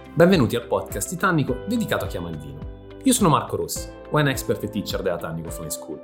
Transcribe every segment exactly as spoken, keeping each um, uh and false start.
Benvenuti al podcast Titanico dedicato a chi ama il vino. Io sono Marco Rossi, wine expert e teacher della Tannico Fine School.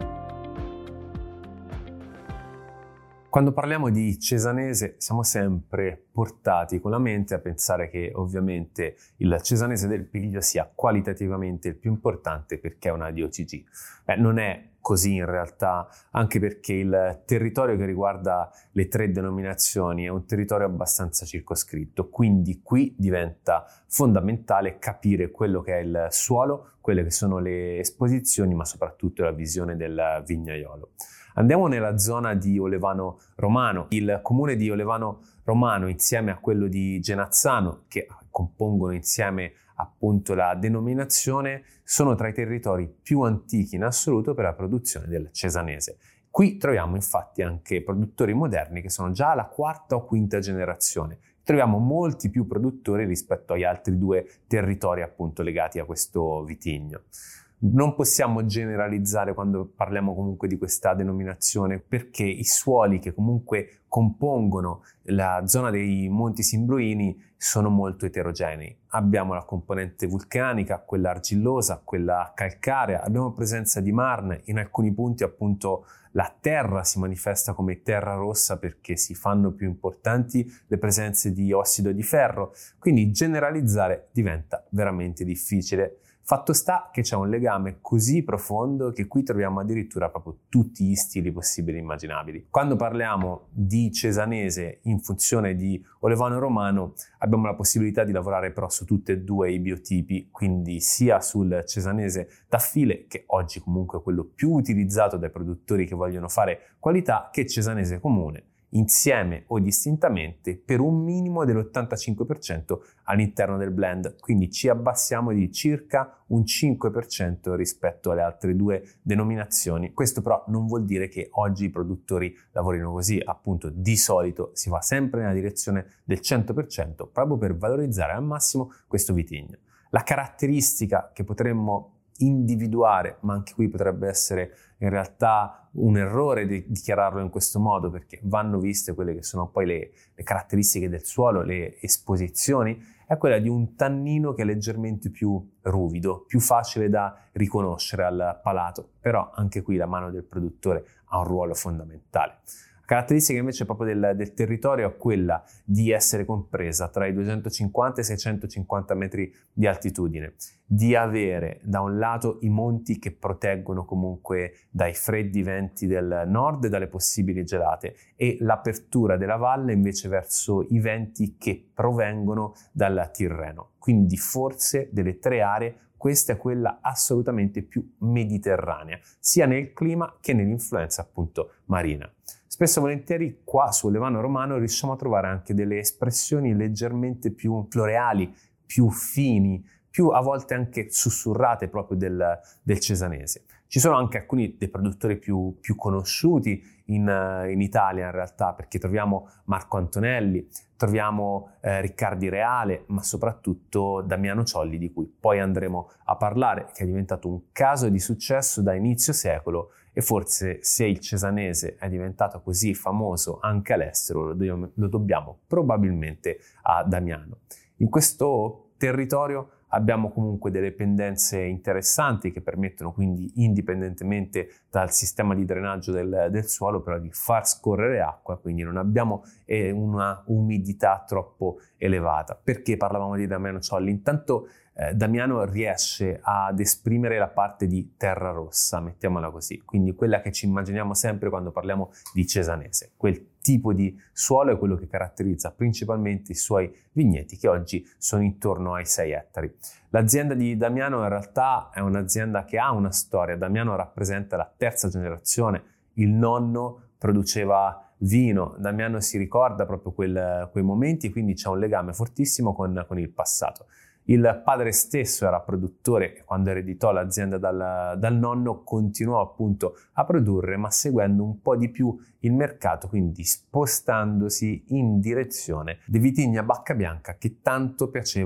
Quando parliamo di cesanese siamo sempre portati con la mente a pensare che ovviamente il cesanese del Piglio sia qualitativamente il più importante perché è una D O C G. Beh, non è così in realtà, anche perché il territorio che riguarda le tre denominazioni è un territorio abbastanza circoscritto, quindi qui diventa fondamentale capire quello che è il suolo, quelle che sono le esposizioni, ma soprattutto la visione del vignaiolo. Andiamo nella zona di Olevano Romano. Il comune di Olevano Romano insieme a quello di Genazzano, che compongono insieme appunto la denominazione, sono tra i territori più antichi in assoluto per la produzione del cesanese. Qui troviamo infatti anche produttori moderni che sono già alla quarta o quinta generazione. Troviamo molti più produttori rispetto agli altri due territori appunto legati a questo vitigno. Non possiamo generalizzare quando parliamo comunque di questa denominazione, perché i suoli che comunque compongono la zona dei Monti Simbruini sono molto eterogenei. Abbiamo la componente vulcanica, quella argillosa, quella calcarea, abbiamo presenza di marne, in alcuni punti appunto la terra si manifesta come terra rossa perché si fanno più importanti le presenze di ossido di ferro, quindi generalizzare diventa veramente difficile. Fatto sta che c'è un legame così profondo che qui troviamo addirittura proprio tutti gli stili possibili e immaginabili. Quando parliamo di cesanese in funzione di Olevano Romano abbiamo la possibilità di lavorare però su tutti e due i biotipi, quindi sia sul cesanese da file, che oggi comunque è quello più utilizzato dai produttori che vogliono fare qualità, che cesanese comune, insieme o distintamente per un minimo dell'ottantacinque per cento all'interno del blend, quindi ci abbassiamo di circa un cinque per cento rispetto alle altre due denominazioni. Questo però non vuol dire che oggi i produttori lavorino così, appunto di solito si va sempre nella direzione del cento per cento proprio per valorizzare al massimo questo vitigno. La caratteristica che potremmo individuare, ma anche qui potrebbe essere in realtà un errore di dichiararlo in questo modo, perché vanno viste quelle che sono poi le, le caratteristiche del suolo, le esposizioni, è quella di un tannino che è leggermente più ruvido, più facile da riconoscere al palato, però anche qui la mano del produttore ha un ruolo fondamentale. La caratteristica invece proprio del, del territorio è quella di essere compresa tra i duecentocinquanta e i seicentocinquanta metri di altitudine, di avere da un lato i monti che proteggono comunque dai freddi venti del nord e dalle possibili gelate, e l'apertura della valle invece verso i venti che provengono dal Tirreno. Quindi forse delle tre aree questa è quella assolutamente più mediterranea, sia nel clima che nell'influenza appunto marina. Spesso e volentieri qua su Olevano Romano riusciamo a trovare anche delle espressioni leggermente più floreali, più fini, più a volte anche sussurrate proprio del, del cesanese. Ci sono anche alcuni dei produttori più, più conosciuti in, in Italia in realtà, perché troviamo Marco Antonelli, troviamo eh, Riccardi Reale, ma soprattutto Damiano Ciolli, di cui poi andremo a parlare, che è diventato un caso di successo da inizio secolo, e forse se il cesanese è diventato così famoso anche all'estero lo dobbiamo, lo dobbiamo probabilmente a Damiano. In questo territorio abbiamo comunque delle pendenze interessanti che permettono quindi, indipendentemente dal sistema di drenaggio del, del suolo, però di far scorrere acqua, quindi non abbiamo eh, una umidità troppo elevata. Perché parlavamo di Damiano Ciolli? Intanto eh, Damiano riesce ad esprimere la parte di terra rossa, mettiamola così, quindi quella che ci immaginiamo sempre quando parliamo di cesanese. Quel tipo di suolo è quello che caratterizza principalmente i suoi vigneti, che oggi sono intorno ai sei ettari. L'azienda di Damiano in realtà è un'azienda che ha una storia. Damiano rappresenta la terza generazione, il nonno produceva vino, Damiano si ricorda proprio quel, quei momenti, quindi c'è un legame fortissimo con, con il passato. Il padre stesso era produttore e quando ereditò l'azienda dal, dal nonno continuò appunto a produrre, ma seguendo un po' di più il mercato, quindi spostandosi in direzione dei vitigni a bacca bianca che tanto piacevano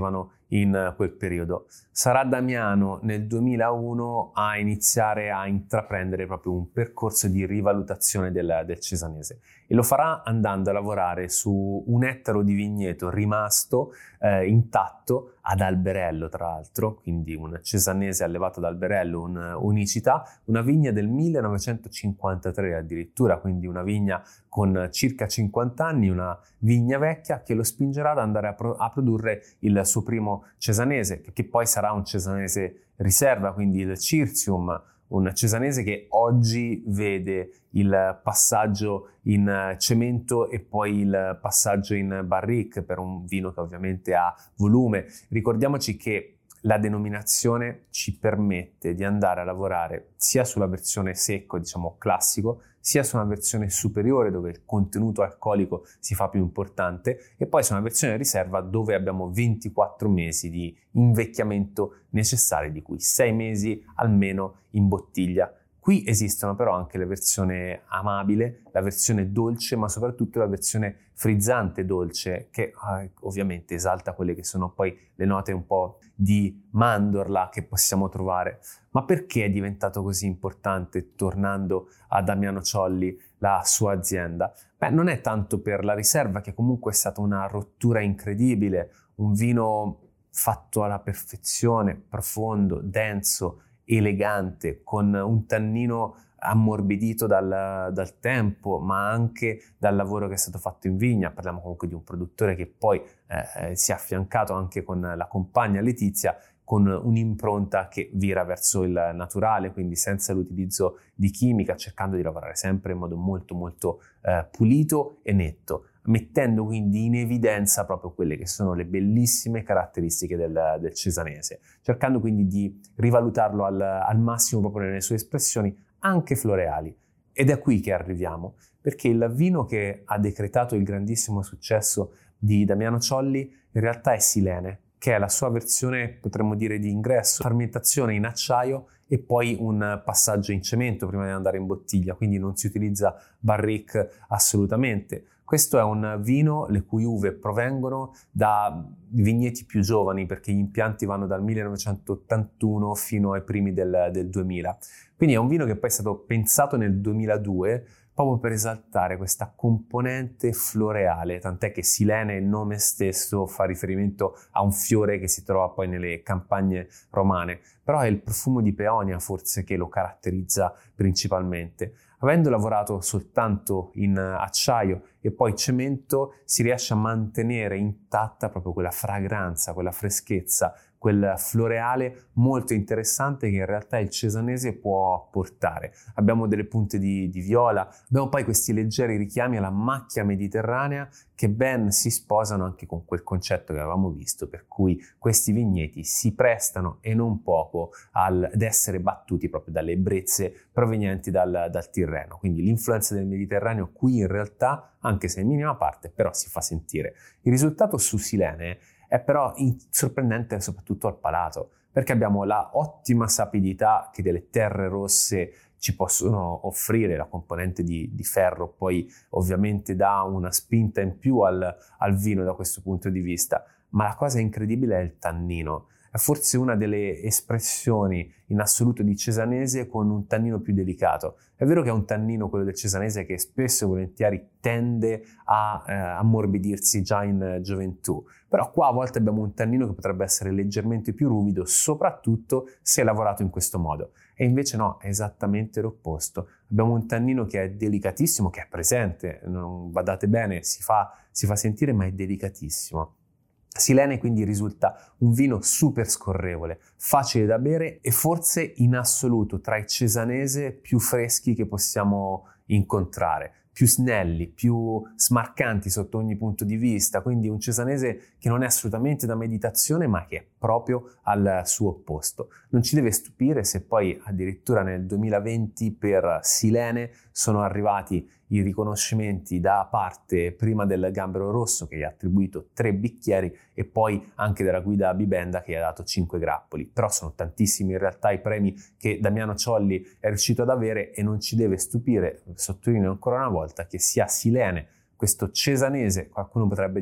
in quel periodo. Sarà Damiano nel duemilauno a iniziare a intraprendere proprio un percorso di rivalutazione del, del cesanese e lo farà andando a lavorare su un ettaro di vigneto rimasto eh, intatto ad Alberello, tra l'altro, quindi un cesanese allevato ad Alberello, un'unicità, una vigna del millenovecentocinquantatré addirittura, quindi una vigna con circa cinquanta anni, una vigna vecchia che lo spingerà ad andare a, pro- a produrre il suo primo cesanese, che poi sarà un cesanese riserva, quindi il Cirsium, un cesanese che oggi vede il passaggio in cemento e poi il passaggio in barrique per un vino che ovviamente ha volume. Ricordiamoci che la denominazione ci permette di andare a lavorare sia sulla versione secco, diciamo classico, sia su una versione superiore dove il contenuto alcolico si fa più importante e poi su una versione riserva dove abbiamo ventiquattro mesi di invecchiamento necessari, di cui sei mesi almeno in bottiglia. Qui esistono però anche la versione amabile, la versione dolce, ma soprattutto la versione frizzante dolce, che eh, ovviamente esalta quelle che sono poi le note un po' di mandorla che possiamo trovare. Ma perché è diventato così importante, tornando a Damiano Ciolli, la sua azienda? Beh, non è tanto per la riserva, che comunque è stata una rottura incredibile, un vino fatto alla perfezione, profondo, denso, elegante, con un tannino ammorbidito dal, dal tempo, ma anche dal lavoro che è stato fatto in vigna. Parliamo comunque di un produttore che poi eh, si è affiancato anche con la compagna Letizia, con un'impronta che vira verso il naturale, quindi senza l'utilizzo di chimica, cercando di lavorare sempre in modo molto molto eh, pulito e netto, mettendo quindi in evidenza proprio quelle che sono le bellissime caratteristiche del, del cesanese, cercando quindi di rivalutarlo al, al massimo proprio nelle sue espressioni anche floreali. Ed è qui che arriviamo, perché il vino che ha decretato il grandissimo successo di Damiano Ciolli in realtà è Silene, che è la sua versione, potremmo dire, di ingresso, fermentazione in acciaio e poi un passaggio in cemento prima di andare in bottiglia, quindi non si utilizza barrique assolutamente. Questo è un vino le cui uve provengono da vigneti più giovani, perché gli impianti vanno dal millenovecentottantuno fino ai primi del, del duemila. Quindi è un vino che poi è stato pensato nel duemiladue proprio per esaltare questa componente floreale, tant'è che Silene, il nome stesso, fa riferimento a un fiore che si trova poi nelle campagne romane, però è il profumo di peonia forse che lo caratterizza principalmente. Avendo lavorato soltanto in acciaio e poi cemento, si riesce a mantenere intatta proprio quella fragranza, quella freschezza, quel floreale molto interessante che in realtà il cesanese può portare. Abbiamo delle punte di, di viola, abbiamo poi questi leggeri richiami alla macchia mediterranea che ben si sposano anche con quel concetto che avevamo visto, per cui questi vigneti si prestano e non poco al, ad essere battuti proprio dalle ebbrezze provenienti dal, dal Tirreno. Quindi l'influenza del Mediterraneo qui in realtà, anche se in minima parte, però si fa sentire. Il risultato su Silene è però sorprendente soprattutto al palato, perché abbiamo la ottima sapidità che delle terre rosse ci possono offrire. La componente di, di ferro poi ovviamente dà una spinta in più al, al vino da questo punto di vista, ma la cosa incredibile è il tannino. È forse una delle espressioni in assoluto di cesanese con un tannino più delicato. È vero che è un tannino, quello del cesanese, che spesso e volentieri tende a eh, ammorbidirsi già in gioventù, però qua a volte abbiamo un tannino che potrebbe essere leggermente più ruvido, soprattutto se lavorato in questo modo. E invece no, è esattamente l'opposto. Abbiamo un tannino che è delicatissimo, che è presente, non badate bene, si fa, si fa sentire, ma è delicatissimo. Silene quindi risulta un vino super scorrevole, facile da bere e forse in assoluto tra i cesanese più freschi che possiamo incontrare, più snelli, più smarcanti sotto ogni punto di vista, quindi un cesanese che non è assolutamente da meditazione ma che è proprio al suo opposto. Non ci deve stupire se poi addirittura nel duemilaventi per Silene sono arrivati i riconoscimenti da parte prima del Gambero Rosso, che gli ha attribuito tre bicchieri, e poi anche della guida Bibenda, che gli ha dato cinque grappoli. Però sono tantissimi in realtà i premi che Damiano Ciolli è riuscito ad avere, e non ci deve stupire, sottolineo ancora una volta, che sia Silene, questo cesanese, qualcuno potrebbe dire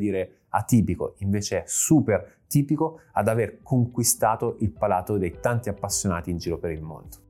atipico, invece è super tipico ad aver conquistato il palato dei tanti appassionati in giro per il mondo.